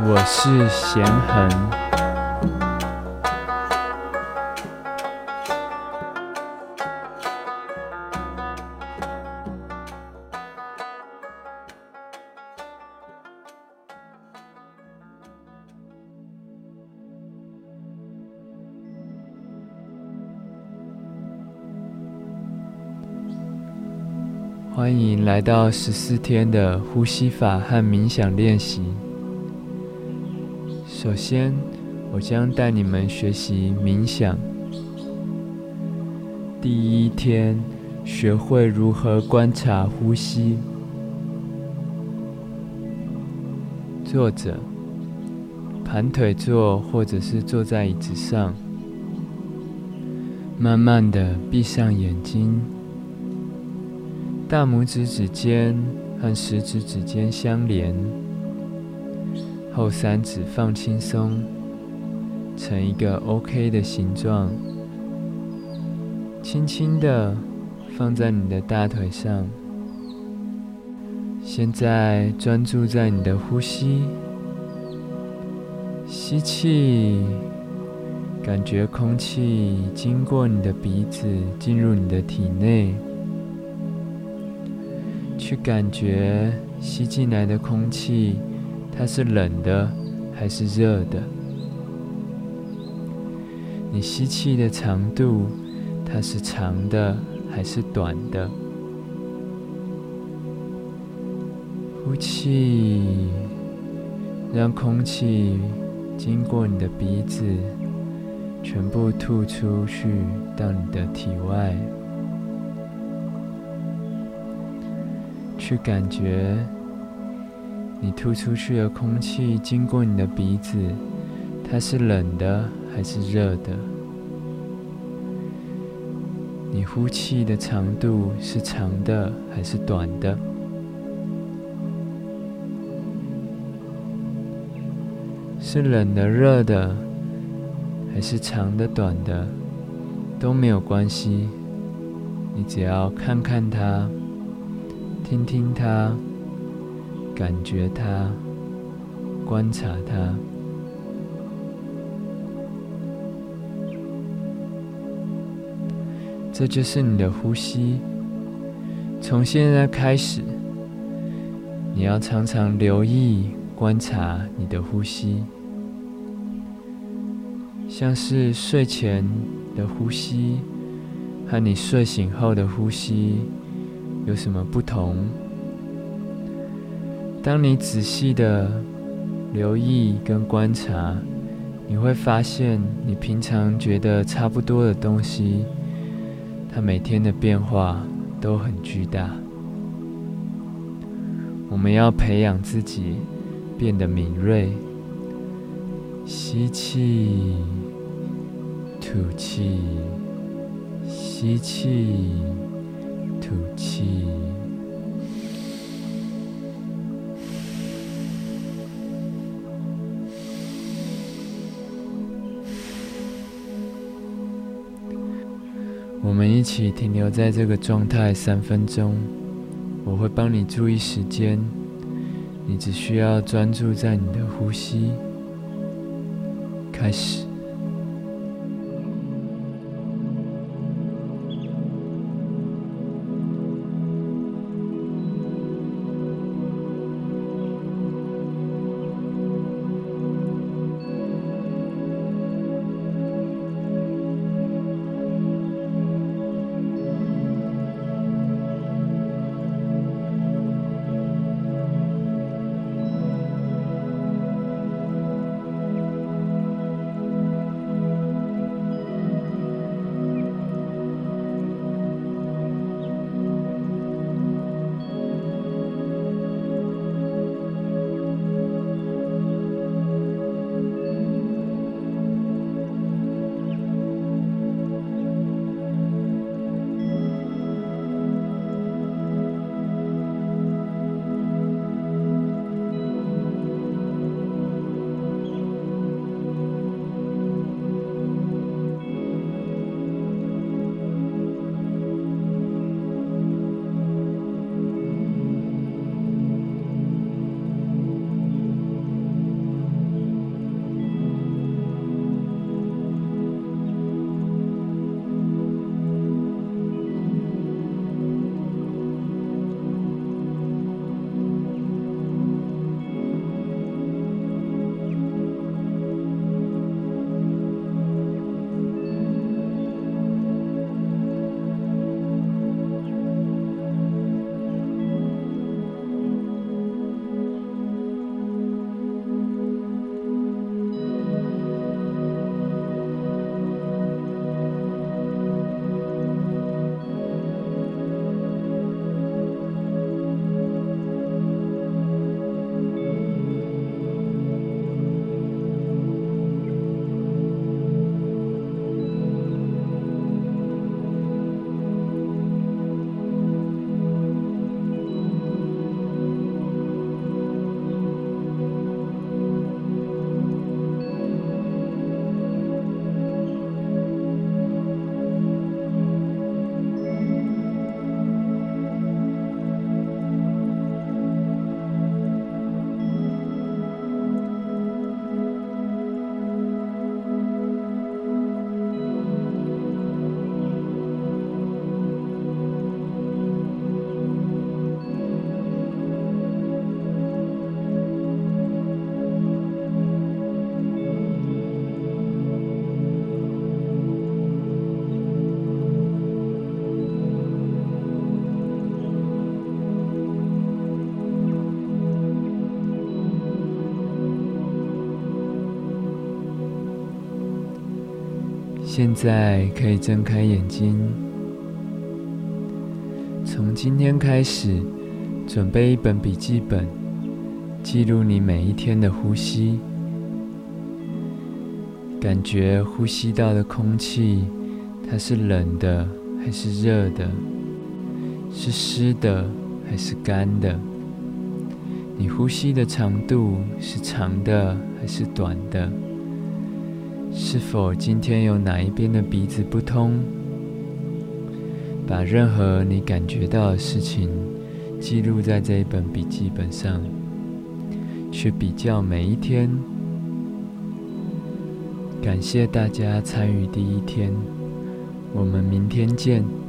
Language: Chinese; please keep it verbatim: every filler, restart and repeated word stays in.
我是贤恒。欢迎来到十四天的呼吸法和冥想练习。首先，我将带你们学习冥想。第一天，学会如何观察呼吸。坐着，盘腿坐，或者是坐在椅子上，慢慢的闭上眼睛。大拇指指尖和食指指尖相连，后三指放轻松，成一个 OK 的形状，轻轻的放在你的大腿上。现在专注在你的呼吸，吸气，感觉空气经过你的鼻子进入你的体内。去感觉吸进来的空气，它是冷的还是热的？你吸气的长度，它是长的还是短的？呼气，让空气经过你的鼻子，全部吐出去到你的体外。去感觉你吐出去的空气经过你的鼻子，它是冷的还是热的？你呼气的长度是长的还是短的？是冷的、热的，还是长的、短的？都没有关系，你只要看看它，听听它，感觉它，观察它。这就是你的呼吸。从现在开始，你要常常留意观察你的呼吸，像是睡前的呼吸和你睡醒后的呼吸有什么不同？当你仔细的留意跟观察，你会发现你平常觉得差不多的东西，它每天的变化都很巨大。我们要培养自己变得敏锐。吸气，吐气，吸气，吐气。我们一起停留在这个状态三分钟，我会帮你注意时间，你只需要专注在你的呼吸。开始。 现在可以睁开眼睛。从今天开始，准备一本笔记本，记录你每一天的呼吸，感觉呼吸到的空气，它是冷的还是热的？是湿的还是干的？你呼吸的长度是长的还是短的？是否今天有哪一边的鼻子不通？把任何你感觉到的事情记录在这一本笔记本上，去比较每一天。感谢大家参与第一天，我们明天见。